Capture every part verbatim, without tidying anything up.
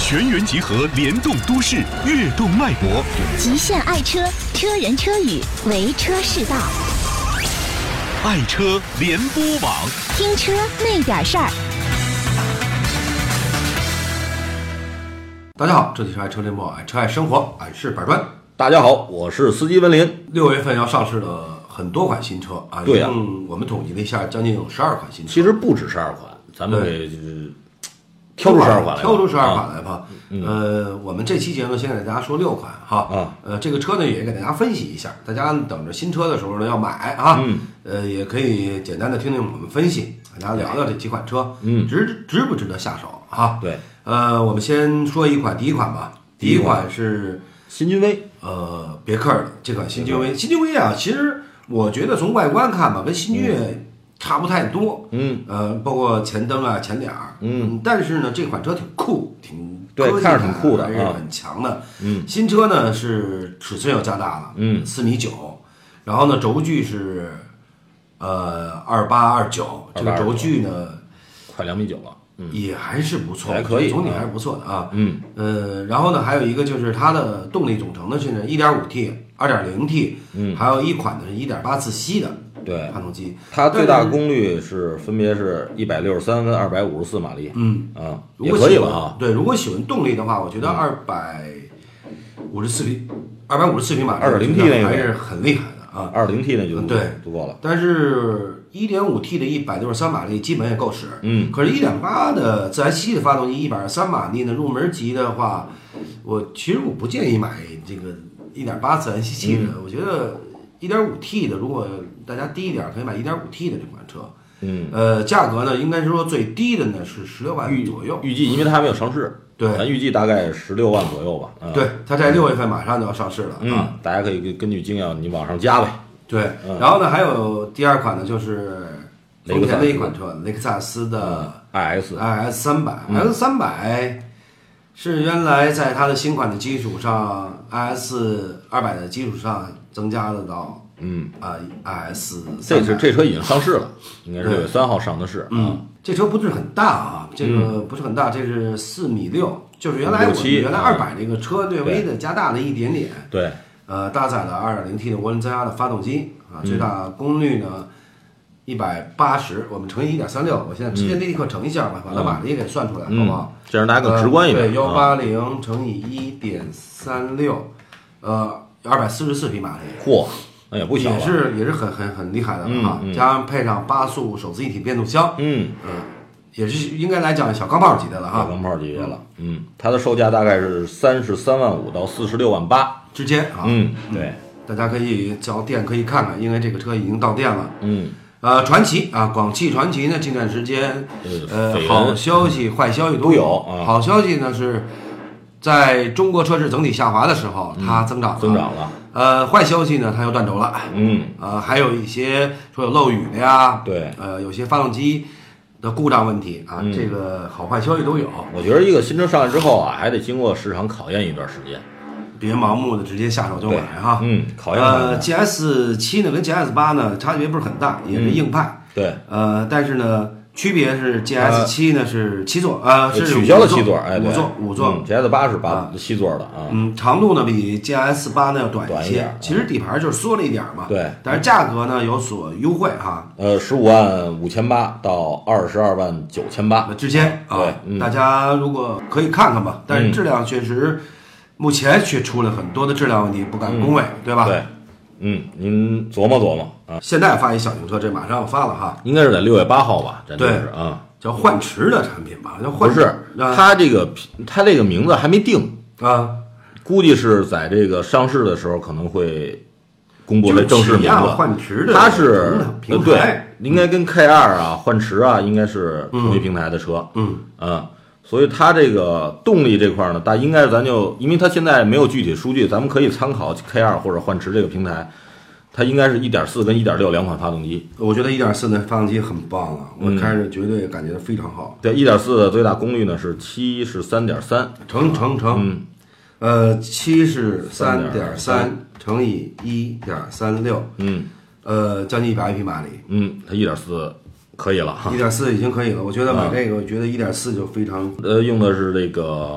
全员集合，联动都市，跃动脉搏。 极限爱车，车人车语，为车是道。 爱车联播网， 听车那点事儿。 大家好，这里是爱车联播网，爱车爱生活，俺是板砖。 大家好，我是司机文林。 六月份要上市了很多款新车啊， 对啊， 我们统计了一下，将近有十二款新车。 其实不止十二款，咱们给挑出十二款来， 挑出十二款来吧。 啊嗯、 呃，我们这期节目先给大家说六款哈。 啊， 呃，这个车呢也给大家分析一下，大家等着新车的时候呢要买啊。 嗯。 呃，也可以简单的听听我们分析，大家聊聊这几款车， 嗯， 值值不值得下手啊？ 对。 呃，我们先说一款，第一款吧。第一款是新君威， 呃，别克的这款新君威。新君威啊，其实我觉得从外观看吧，跟新君越差不太多。 嗯。 呃，包括前灯啊、前脸儿。 嗯。 但是呢，这款车挺酷，挺对，看着挺酷的， 还是很强的。 嗯。 新车呢是尺寸要加大了， 嗯， 四米九，然后呢轴距是呃二八二九，这个轴距呢快两米九了。嗯、 也还是不错， 还可以， 总体还是不错的啊。 嗯， 呃，然后呢，还有一个就是它的动力总成呢是 一点五 T、二点零 T， 嗯， 还有一款呢是 一点八 自吸的对发动机， 它最大功率是分别是一百六十三跟二百五十四马力。 嗯啊，也可以了啊。 对，如果喜欢动力的话，我觉得二百五十四匹、二百五十四匹马力， 二点零 T 那个还是很厉害的啊。 二点零 T 那就对足够了， 但是 一点五 T 的一百六十三马力基本也够使。 嗯， 可是 一点八 的自然吸的发动机一百二十三马力呢，入门级的话，我其实我不建议买这个 一点八 自然吸气的， 嗯、 我觉得 一点五 T 的，如果大家低一点可以买 一点五 T 的这款车。 嗯， 呃，价格呢，应该是说最低的呢是十六万左右， 预计因为它还没有上市， 对， 咱预计大概十六万左右吧。嗯、 对，它在六月份马上就要上市了、 嗯、啊，大家可以根据经验你往上加呗。 对， 嗯、 然后呢，还有第二款呢，就是丰田的一款车，雷克萨斯的 I S I S 三百 ，X 三百是原来在它的新款的基础上 ，I S 二百的基础上增加了到。 嗯啊 ，I S 这是这车已经上市了，应该是六月三号上的市。 嗯，这车不是很大啊，这个不是很大，这是四米六，就是原来我们原来二百那个车略微的加大了一点点。 对， 呃，搭载了二点零 T 的涡轮增压的发动机啊，最大功率呢一百八十，我们乘以一点三六，我现在直接立刻乘一下吧，把它马力给算出来，好不好？ 这样大家更直观一点。 对，幺八零乘以一点三六，呃，二百四十四匹马力。 嚯！那也不小了， 也是也是很很很厉害的了哈、 嗯嗯， 加上配上八速手自一体变速箱， 嗯嗯，也是应该来讲小钢炮级的了哈， 小钢炮级别了，嗯，它的售价大概是三十三万五到四十六万八之间啊， 嗯，对， 大家可以找店可以看看，因为这个车已经到店了， 嗯， 呃，传祺啊，广汽传祺呢，近段时间呃， 好消息、坏消息都有啊， 好消息呢是在中国车市整体下滑的时候，它增长了， 增长了。 呃，坏消息呢，它又断轴了。 嗯， 呃，还有一些说有漏雨的呀， 对， 呃，有些发动机的故障问题啊， 嗯、 这个好坏消息都有。 我觉得一个新车上来之后啊，还得经过市场考验一段时间， 别盲目的直接下手就买哈。 嗯，考验。 呃 ，G S 七呢跟 G S 八呢差别不是很大，也是硬派。 嗯、对。 呃，但是呢。区别是 G S 七呢是七座，呃是取消了七座，哎， 五座五座 ，G S 八是八七座的啊， 嗯，长度呢比 G S 八呢要短一些，其实底盘就是缩了一点嘛， 对， 但是价格呢有所优惠哈， 呃，十五万五千八到二十二万九千八之间啊， 对， 大家如果可以看看吧，但是质量确实目前却出了很多的质量问题，不敢恭维，对吧？ 对。嗯，您琢磨琢磨啊！ 现在发一小型车，这马上要发了哈， 应该是在六月八号吧？这对是啊， 叫幻驰的产品吧？叫幻驰，不是，它这个它这个名字还没定啊， 估计是在这个上市的时时候可能会公布这正式名字。 幻驰的， 它是平台， 对，应该跟 K 二啊、幻驰啊应该是同一平台的车。 嗯嗯。所以它这个动力这块呢，大应该咱就，因为它现在没有具体数据，咱们可以参考 K 二 或者幻驰这个平台，它应该是 一点四 跟 一点六 两款发动机。 我觉得 一点四 的发动机很棒啊，我开着绝对感觉非常好。 对 一点四 的最大功率呢是七十三点三， 乘乘乘， 嗯， 呃，七是三点三乘以一点三六， 嗯， 呃，将近一百匹马力， 嗯，它 一点四。可以了哈， 一点四已经可以了。我觉得买这个，我觉得一点四就非常。 呃，用的是这个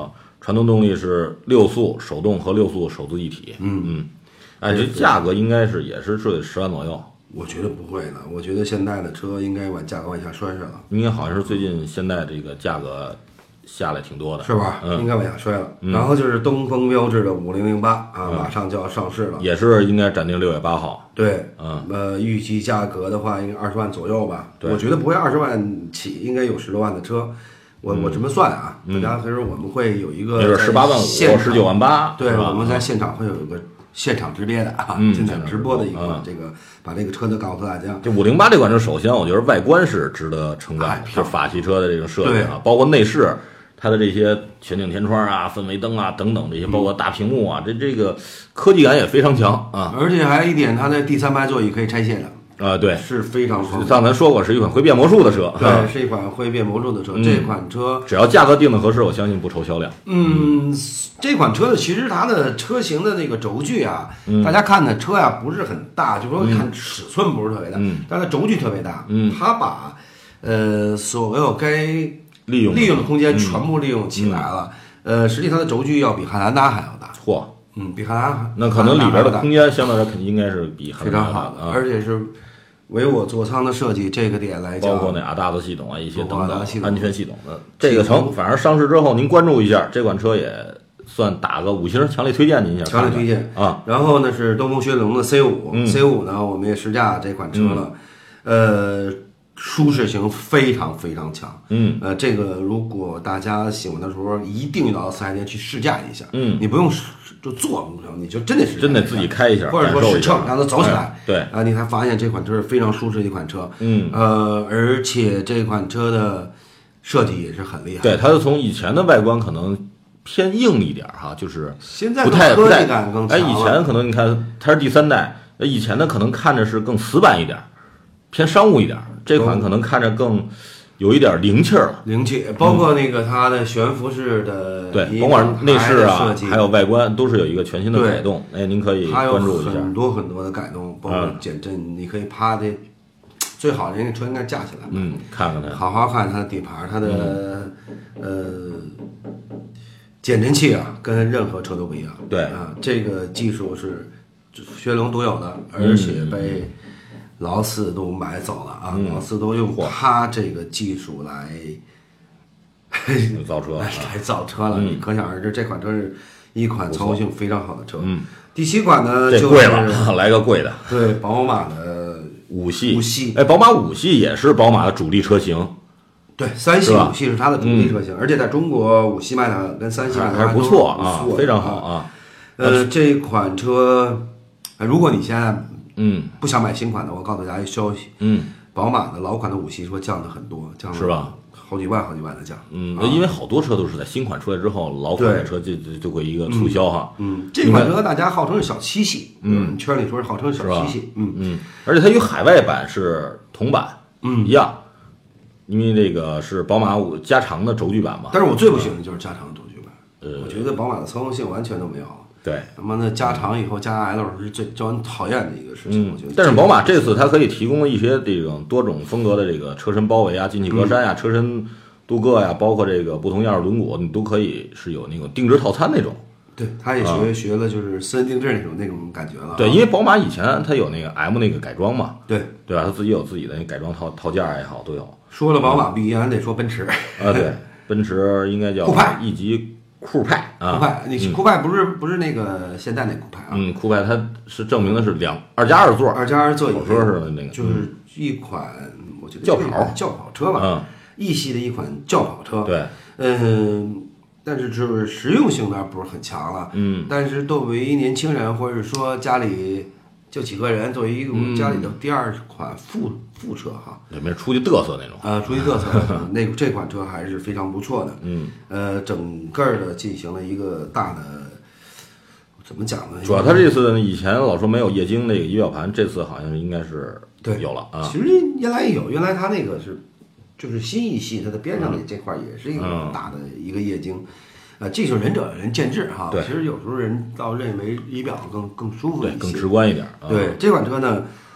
传动动力是六速手动和六速手自一体。嗯嗯，哎，这价格应该是也是税十万左右。 我觉得不会的，我觉得现在的车应该往价格往下摔摔了。 应该好像是最近现在这个价格下来挺多的， 是吧？ 嗯， 应该往下摔了。 嗯、 然后就是东风标致的五零零八啊，马上就要上市了， 也是应该展定六月八号。 对， 嗯， 呃，预计价格的话应该二十万左右吧。 对， 我觉得不会二十万起，应该有十多万的车。我、嗯、我这么算啊，大家可是我们会有一个， 也是十八万五，十九万八。 对，我们在现场会有一个现场直播的啊， 嗯、 现场直播的一个、 嗯、 这个，把这个车都告诉大家。 这五零八这款车，首先我觉得外观是值得称赞， 哎、 就是法系车的这种设计啊，包括内饰。它的这些全景天窗啊、氛围灯啊等等这些，包括大屏幕啊，这这个科技感也非常强啊。 而且还有一点，它的第三排座椅可以拆卸的啊、呃，对， 是非常方便。 上咱说过是一款会变魔术的车， 对，是一款会变魔术的车。 嗯、 这款车只要价格定的合适，我相信不愁销量。 嗯，这款车的其实它的车型的那个轴距啊， 嗯、 大家看的车呀、啊、不是很大，就说看尺寸不是特别大， 嗯、 但它轴距特别大。 嗯， 它把呃所有该利用利用的空间全部利用起来了，嗯、呃，实际它的轴距要比汉兰达还要大。 嚯， 嗯，比汉兰达那可能里边的空间相对来说肯定应该是比汉兰达非常好的， 啊、 而且是唯我座舱的设计这个点来讲， 包括那 A D A S 系统啊一些等等系安全系统的这个成，反正上市之后您关注一下这款车也算打个五星，强烈推荐您一下， 强烈推荐啊。 然后呢是东风雪铁龙的 C 五、 嗯、 ，C 五呢我们也试驾这款车了，嗯、呃。舒适性非常非常强， 嗯， 呃，这个如果大家喜欢的时候，一定要到四 S 店去试驾一下， 嗯， 你不用就坐，你就真的是真得自己开一下， 或者说试乘让它走起来， 哎、对， 啊，你才发现这款车是非常舒适的一款车， 嗯， 呃，而且这款车的设计也是很厉害， 对，它是从以前的外观可能偏硬一点哈，就是现在不太科技感更强了， 哎，以前可能你看它是第三代，以前的可能看着是更死板一点，偏商务一点。这款可能看着更有一点灵气了， 灵气，包括那个它的悬浮式的， 对，甭管内饰啊，还有外观，都是有一个全新的改动。哎，您可以关注一下。 很多很多的改动，包括减震，嗯、你可以趴的，最好人家车应该架起来， 嗯，看看它， 好好看它的底盘，它的、嗯、呃减震器啊，跟任何车都不一样。 对啊，这个技术是雪铁龙独有的，而且被。劳斯都买走了啊！ 嗯、 劳斯都用它这个技术来造车， 来来造车了。 嗯、 你可想而知，这款车是一款操控性非常好的车。 嗯， 第七款呢， 这贵了，来个贵的。 对，宝马的五系， 五系， 哎，宝马五系也是宝马的主力车型。 对，三系、五系是它的主力车型， 嗯、 而且在中国五系卖的跟三系卖的还是不错啊， 非常好啊。 呃，这款车，如果你现在嗯， 不想买新款的，我告诉大家一消息， 嗯， 宝马的老款的五系说降的很多，降了是吧？ 好几万好几万的降， 嗯， 啊、 因为好多车都是在新款出来之后，老款的车就就就会一个促销哈。 嗯，这款车大家号称是小七系， 嗯， 圈里说是号称是小七系，嗯嗯，而且它与海外版是同版， 嗯， 一样，因为这个是宝马五加长的轴距版嘛。 但是我最不喜欢的就是加长的轴距版， 呃， 我觉得宝马的操控性完全都没有。 对， 他妈的加长以后加 L 是最叫人讨厌的一个事情。 嗯， 我觉得。 但是宝马这次它可以提供一些这种多种风格的这个车身包围啊、进气格栅呀、嗯、车身镀铬呀，包括这个不同样的轮毂，你都可以是有那种定制套餐那种。 对，他也学、啊、学了就是私人定制那种那种感觉了。 对，因为宝马以前它有那个 M 那个改装嘛， 对对吧？它自己有自己的那改装套套件也好，都有。 说了宝马，必然得说奔驰。 啊，对，奔驰应该叫酷派 E 级。酷派啊， 酷派，你酷派不是、嗯、不是那个现在那酷派啊？ 嗯，酷派它是证明的是两二加二座， 二加二座椅， 跑车似的那个， 就是一款、嗯、我觉得轿跑轿跑车吧， 嗯 ，E 系的一款轿跑车， 对， 嗯，但是就是实用性当然不是很强了， 嗯， 但是作为年轻人或者说家里就几个人，作为一个家里的第二款副、嗯、副车哈， 也没出去嘚瑟那种， 呃，出去嘚瑟，那这款车还是非常不错的， 嗯， 呃，整个的进行了一个大的。怎么讲呢？ 主要它这次以前老说没有液晶那个仪表盘，这次好像是应该是有了啊。 其实原来也有，原来它那个是就是新一系，它的边上的这块也是一个大的一个液晶。呃，这就是仁者人见智哈。 对， 其实有时候人倒认为仪表更更舒服一些， 更直观一点。 对，这款车呢，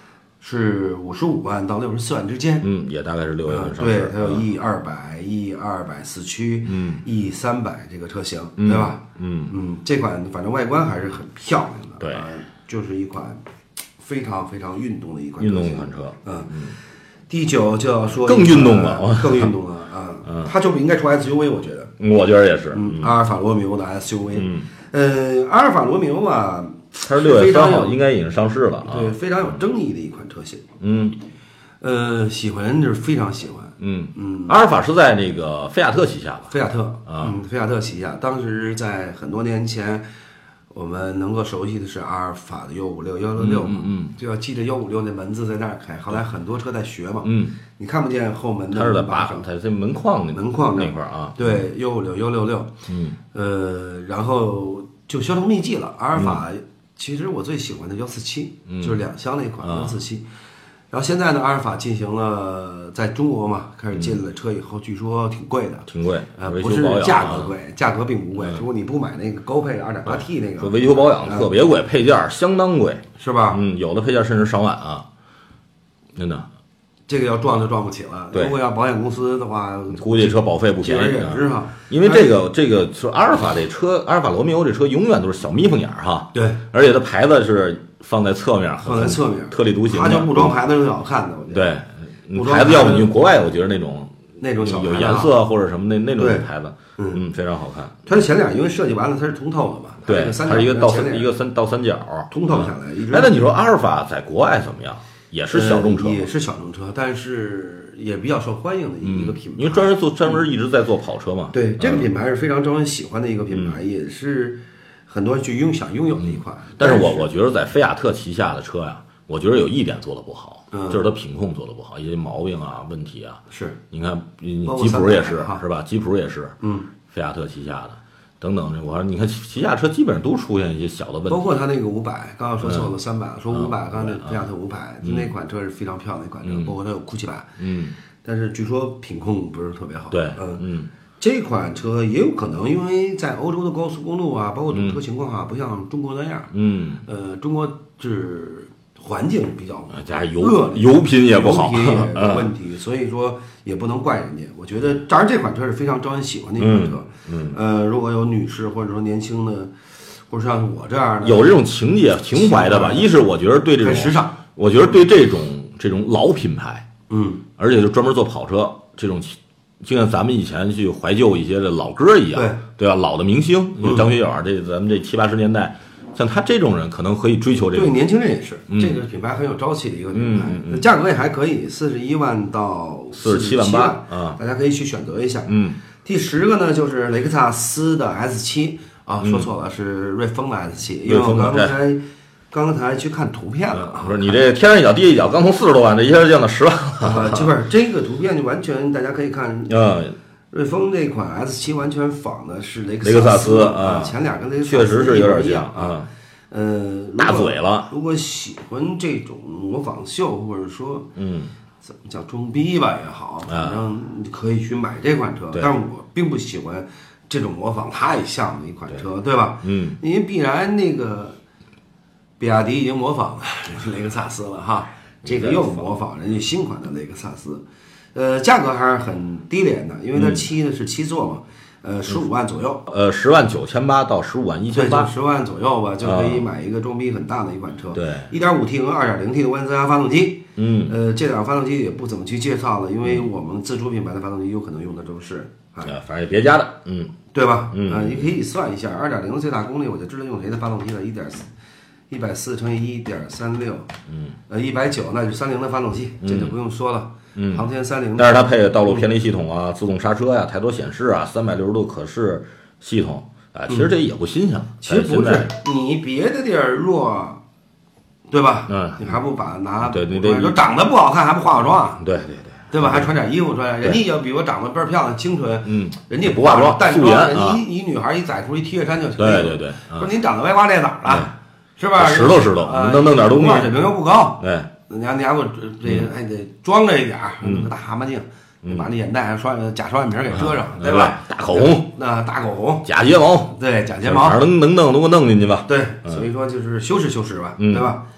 是五十五万到六十四万之间。 嗯，也大概是六月份上市。 对，它有 E 二百、E 二百四驱， 嗯 ，E 三百这个车型， 嗯对吧？ 嗯嗯，这款反正外观还是很漂亮的， 对呃就是一款非常非常运动的一款运动车型一款车。 嗯。第九就要说更运动了更运动了啊！它就不应该出 S U V， 我觉得。 我觉得也是。 嗯，阿尔法罗密欧的 S U V。 嗯。 呃，阿尔法罗密欧啊， 它是六月三号应该已经上市了啊。 对，非常有争议的一款车型。 嗯。 呃，喜欢人就是非常喜欢。 嗯嗯。 阿尔法是在那个菲亚特旗下吧？ 菲亚特啊， 嗯，菲亚特旗下。当时在很多年前，我们能够熟悉的是阿尔法的 U 五六、幺六六嘛， 嗯， 就要记着 U 五六那门字在那儿开。后来很多车在学嘛， 嗯， 你看不见后门的， 它是在把它在门框那门框那块儿啊。 对 ，U 五六、幺六六， 嗯， 呃，然后就销成秘籍了。阿尔法其实我最喜欢的幺四七，就是两厢那款幺四七。然后现在呢，阿尔法进行了在中国嘛，开始进了车以后，据说挺贵的， 挺贵， 呃，不是价格贵，价格并不贵。如果你不买那个高配的 二点八 T 那个， 说维修保养特别贵，配件相当贵， 是吧？ 嗯，有的配件甚至上万啊，真的。 这个要撞就撞不起了。 对， 如果要保险公司的话， 估计车保费不便宜啊。 因为这个这个说阿尔法这车，阿尔法罗密欧这车永远都是小眯缝眼儿哈。 对， 而且它牌子是。放在侧面， 放在侧面， 特立独行。 它就不装牌子是最好看的，我觉得。对， 牌子要不你国外，我觉得那种那种小有颜色或者什么那那种牌子， 嗯嗯，非常好看。 它的前脸因为设计完了，它是通透的嘛， 对，它是一个倒三一个三倒三角通透下来。 哎，那你说阿尔法在国外怎么样？也是小众车， 也是小众车，但是也比较受欢迎的一个品牌。 因为专门做专门一直在做跑车嘛。 对，这个品牌是非常招人喜欢的一个品牌，也是。很多人去拥想拥有的一款， 但是我我觉得在菲亚特旗下的车呀，我觉得有一点做的不好， 嗯、 就是它品控做的不好，一些毛病啊、问题啊。 是， 你看，吉普也是，是吧？吉普也是， 嗯， 菲亚特旗下的，等等，我说你看旗下车基本上都出现一些小的问题， 包括它那个五百，刚刚说错了三百，说五百，刚才嗯菲亚特五百那款车是非常漂亮的一款车，包括它有酷气版， 嗯， 但是据说品控不是特别好， 对， 嗯嗯。 这款车也有可能，因为在欧洲的高速公路啊，包括堵车情况啊，不像中国那样。 嗯， 呃，中国是环境比较加油油品也不好， 油品也有问题，所以说也不能怪人家。我觉得，当然这款车是非常招人喜欢的一款车。 嗯， 呃，如果有女士或者说年轻的，或者像我这样的有这种情节情怀的吧，一是我觉得对这种时尚， 我觉得对这种这种老品牌， 嗯， 而且就专门做跑车这种。就像咱们以前去怀旧一些的老歌一样， 对对吧？老的明星，嗯、张学友这咱们这七八十年代，像他这种人可能可以追求这个。 对，年轻人也是， 嗯、 这个品牌很有朝气的一个品牌， 嗯嗯、 价格也还可以，四十一万到四十七万八啊， 大家可以去选择一下。 嗯， 第十个呢就是雷克萨斯的 S 七啊，说错了，是瑞风的 S 七，因为我刚才。刚才去看图片了， 我说你这天上一脚地下一脚，刚从四十多万，这一下就降到十万了。 啊，这不是这个图片就完全大家可以看， 嗯， 瑞风这款 S 七完全仿的是雷克萨斯啊， 前脸跟雷克萨斯确实是有点像啊。 呃， 大嘴了。 如果喜欢这种模仿秀，或者说嗯， 怎么叫装逼吧也好，反正你可以去买这款车。但是我并不喜欢这种模仿太像的一款车，对吧？ 嗯， 因为必然那个。比亚迪已经模仿了雷克萨斯了哈，这个又模仿人家新款的雷克萨斯，呃，价格还是很低廉的，因为它七的是七座嘛，呃，十五万左右， 呃，十万九千八到十五万一千八， 十万左右吧，就可以买一个装逼很大的一款车。 对， 一点五 T 和二点零 T 的涡轮增压发动机， 嗯， 呃，这两个发动机也不怎么去介绍了，因为我们自主品牌的发动机有可能用的都是， 啊，反正也别家的，嗯， 对吧？ 嗯， 啊，你可以算一下，二点零最大功率我就知道用谁的发动机了，一点四。一百四乘以一点三六， 嗯， 呃，一百九，那就是三菱的发动机，这就不用说了， 嗯， 航天三菱。 但是它配的道路偏离系统啊，自动刹车呀、抬头显示啊，三百六十度可视系统啊，其实这也不新鲜。 其实不是，你别的地儿弱，对吧？ 嗯， 你还不把拿对对对， 说长得不好看还不化化妆， 对对对， 对吧？还穿点衣服穿，人家要比我长得倍儿漂亮、清纯， 嗯， 人家不化妆， 淡妆， 你你女孩一载出一 T 恤衫就行。 对对对， 说您长得歪瓜裂枣的。是吧？ 石头石头，弄弄点东西， 水平又不高。 对， 你还你还不这还得装着一点，弄个大蛤蟆镜，把那眼袋刷假双眼皮给遮上，对吧？ 大口红， 那大口红， 假睫毛， 对，假睫毛， 能能弄都给我弄进去吧。 对，所以说就是修饰修饰吧，对吧？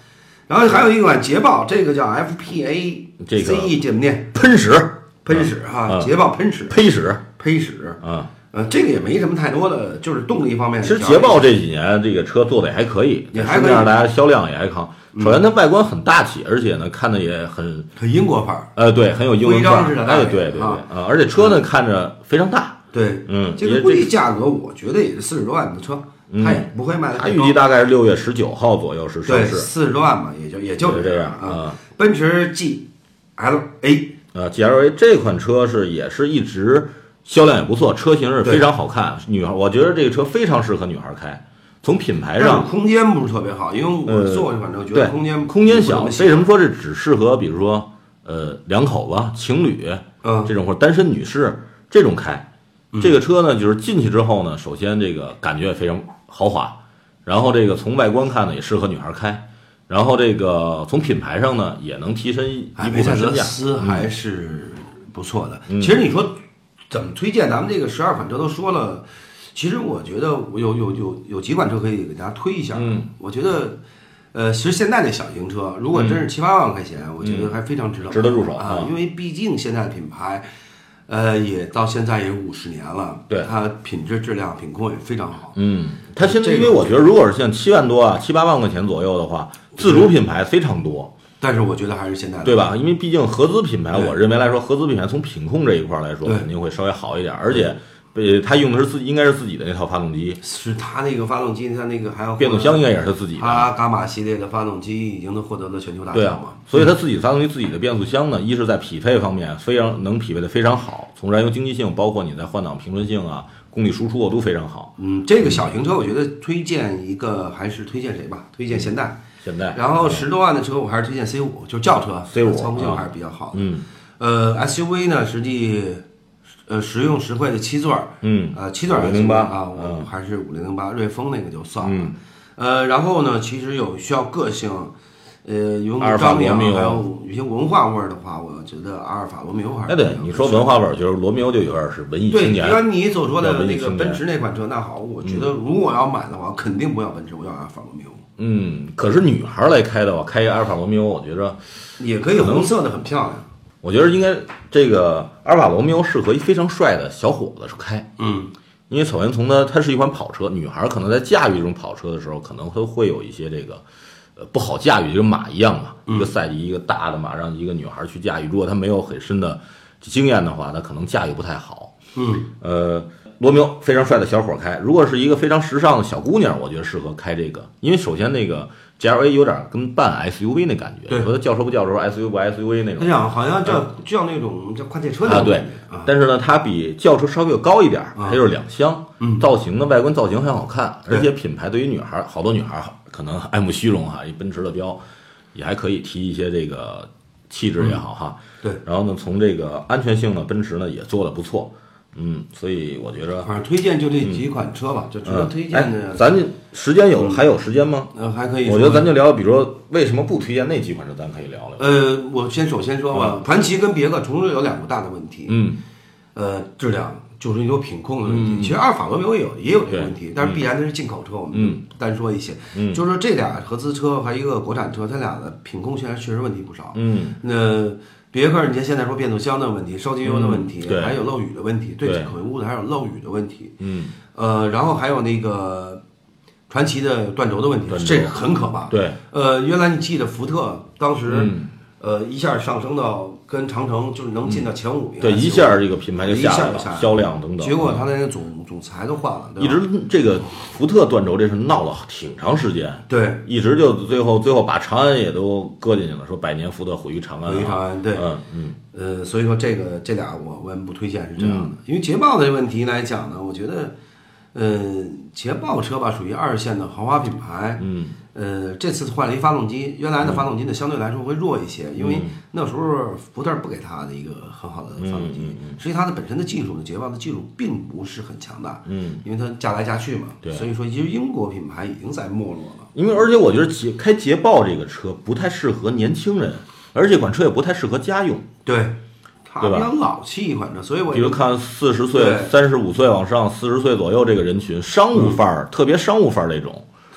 然后还有一款捷豹，这个叫 F P A， 这个 C E 怎么念？ 喷屎， 喷屎哈， 嗯、 捷豹喷屎， 呸屎， 呸屎啊。 呃，这个也没什么太多的，就是动力方面。 其实捷豹这几年这个车做的也还可以， 也还可以， 市面上大家销量也还扛。首先它外观很大气，而且呢看着也很很英国范儿。 呃，对，很有英文范儿。哎，对对对啊， 啊，而且车呢看着非常大。 对， 嗯， 这个估计价格我觉得也是四十多万的车，它也不会卖的。 它预计大概是六月十九号左右是上市， 四十多万嘛，也就也就是这样啊。奔驰 G L A 呃 G L A 这款车是也是一直。销量也不错，车型是非常好看。女孩，我觉得这个车非常适合女孩开。从品牌上， 空间不是特别好，因为我坐过这款车，觉得空间空间小。为什么说这只适合比如说呃两口子、情侣嗯这种或者单身女士这种开？这个车呢，就是进去之后呢，首先这个感觉非常豪华，然后这个从外观看呢也适合女孩开，然后这个从品牌上呢也能提升一部分身价， 斯还是不错的。其实你说。怎么推荐？咱们这个十二款车都说了，其实我觉得我有有有有几款车可以给大家推一下。 嗯， 我觉得，呃，其实现在的小型车，如果真是七八万块钱， 嗯、 我觉得还非常值得值得入手啊。因为毕竟现在的品牌，呃，也到现在也五十年了， 对它品质、质量、品控也非常好。 嗯，它现在因为我觉得，如果是像七万多啊、七八万块钱左右的话，自主品牌非常多。 但是我觉得还是现在的， 对吧？因为毕竟合资品牌，我认为来说，合资品牌从品控这一块来说，肯定会稍微好一点，而且，呃，它用的是自己应该是自己的那套发动机， 是它那个发动机，它那个还有变速箱应该也是它自己的。 它伽马系列的发动机已经都获得了全球大奖嘛， 啊、所以它自己发动机自己的变速箱呢，一是在匹配方面非常能匹配的非常好，从燃油经济性，包括你在换挡平顺性啊、公里输出都非常好。 嗯，这个小型车我觉得推荐一个还是推荐谁吧？推荐现代。 现代， 然后十多万的车，我还是推荐 C 五，就是轿车 ，C 五操控性还是比较好的。 嗯， 呃 ，S U V 呢，实际呃实用实惠的七座， 嗯， 呃七座 S U V 零零八啊，我还是五零零八，瑞风那个就算了。 嗯， 呃，然后呢，其实有需要个性，呃，有阿尔法罗密欧， 还有有些文化味儿的话，我觉得阿尔法罗密欧还是。 哎，对，你说文化味儿，就是罗密欧就有点是文艺青年。 对，按你所说的那个奔驰那款车，那好，我觉得如果要买的话，肯定不要奔驰，我要阿尔法罗密欧。 嗯，可是女孩来开的话，开一个阿尔法罗密欧，我觉着也可以，红色的很漂亮。 我觉得应该这个阿尔法罗密欧适合一非常帅的小伙子开。 嗯， 因为首先从它它是一款跑车，女孩可能在驾驭这种跑车的时候，可能会会有一些这个呃不好驾驭，就跟马一样嘛， 嗯、 一个赛季一个大的马让一个女孩去驾驭，如果她没有很深的经验的话，她可能驾驭不太好。 嗯， 呃。罗密欧非常帅的小伙开，如果是一个非常时尚的小姑娘，我觉得适合开这个，因为首先那个 G L A 有点跟半 S U V 那感觉， 对， 说轿车不轿车 ，S U V 不 S U V 那种。 它想好像叫就像那种叫跨界车啊，对， 啊， 但是呢，它比轿车稍微高一点， 啊、 它就是两厢， 嗯， 造型的外观造型很好看，而且品牌对于女孩，好多女孩可能爱慕虚荣哈，一奔驰的标也还可以提一些这个气质也好哈， 对， 然后呢，从这个安全性呢，奔驰呢也做得不错。嗯，所以我觉着， 反正推荐就这几款车吧，嗯、就值得推荐的。 哎、咱时间有、嗯、还有时间吗？ 呃，还可以。 我觉得咱就聊，比如说为什么不推荐那几款车，咱可以聊聊。 呃，我先首先说吧，嗯、传祺跟别克同时有两个大的问题。 嗯， 呃，质量就是有品控的问题。 嗯、 其实阿尔法罗密欧也有也有这个问题，但是必然的它是进口车，我们嗯单说一些。 嗯， 就是说这俩合资车还一个国产车，它俩的品控现在确实问题不少。 嗯， 那。别克，你看现在说变速箱的问题、烧机油的问题， 嗯、 还有漏雨的问题，对口物的还有漏雨的问题。 嗯， 呃，然后还有那个传祺的断轴的问题，这个很可怕。 对， 呃，原来你记得福特当时， 嗯、 呃，一下上升到跟长城就是能进到前五名、 嗯，对，一下这个品牌就下来了， 下销量等等。 结果他那个总总裁都换了， 一直这个福特断轴这是闹了挺长时间， 对， 一直就最后最后把长安也都搁进去了，说百年福特毁于长安， 毁于长安，对， 嗯嗯， 呃，所以说这个这俩我我不推荐是这样的，嗯、因为捷豹的问题来讲呢，我觉得。呃，捷豹车吧，属于二线的豪华品牌。 嗯， 呃，这次换了一发动机，原来的发动机呢相对来说会弱一些，因为那时候福特不给他的一个很好的发动机， 嗯嗯嗯、 实际它的本身的技术呢，捷豹的技术并不是很强大。 嗯， 因为它加来加去嘛， 对， 所以说其实英国品牌已经在没落了。 因为而且我觉得捷开捷豹这个车不太适合年轻人，而这款车也不太适合家用。 对。它比较老气一款车，所以我比如看四十岁、三十五岁往上、四十岁左右这个人群，商务范儿、嗯、特别商务范儿这种，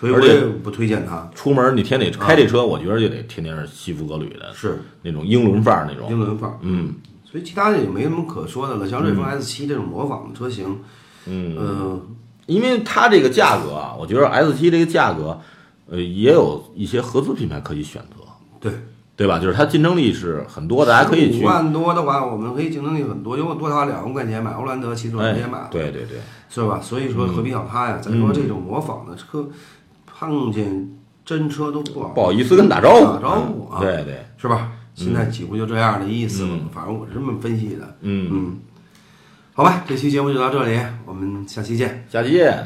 所以我也不推荐它。 出门你天得开这车，我觉得就得天天是西服革履的， 是那种英伦范儿那种。 英伦范儿， 嗯。 所以其他的也没什么可说的了。像瑞风 S 七 这种模仿的车型， 嗯， 呃， 因为它这个价格啊，我觉得 S 七 这个价格，呃，也有一些合资品牌可以选择。 对。 对吧？就是它竞争力是很多，大家可以去。 五万多的话，我们可以竞争力很多，因为我多花两万块钱买欧蓝德，其实我也买了、 哎。对对对， 是吧？所以说何必要它呀？再、嗯、说这种模仿的车，碰见真车都不好不好意思跟打招呼， 打招呼啊！ 嗯、对对， 是吧？现在几乎就这样的意思了。 嗯、 反正我是这么分析的。 嗯嗯，好吧，这期节目就到这里，我们下期见。 下期见。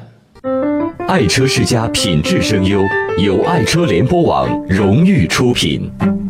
爱车世家品质声优，由爱车联播网荣誉出品。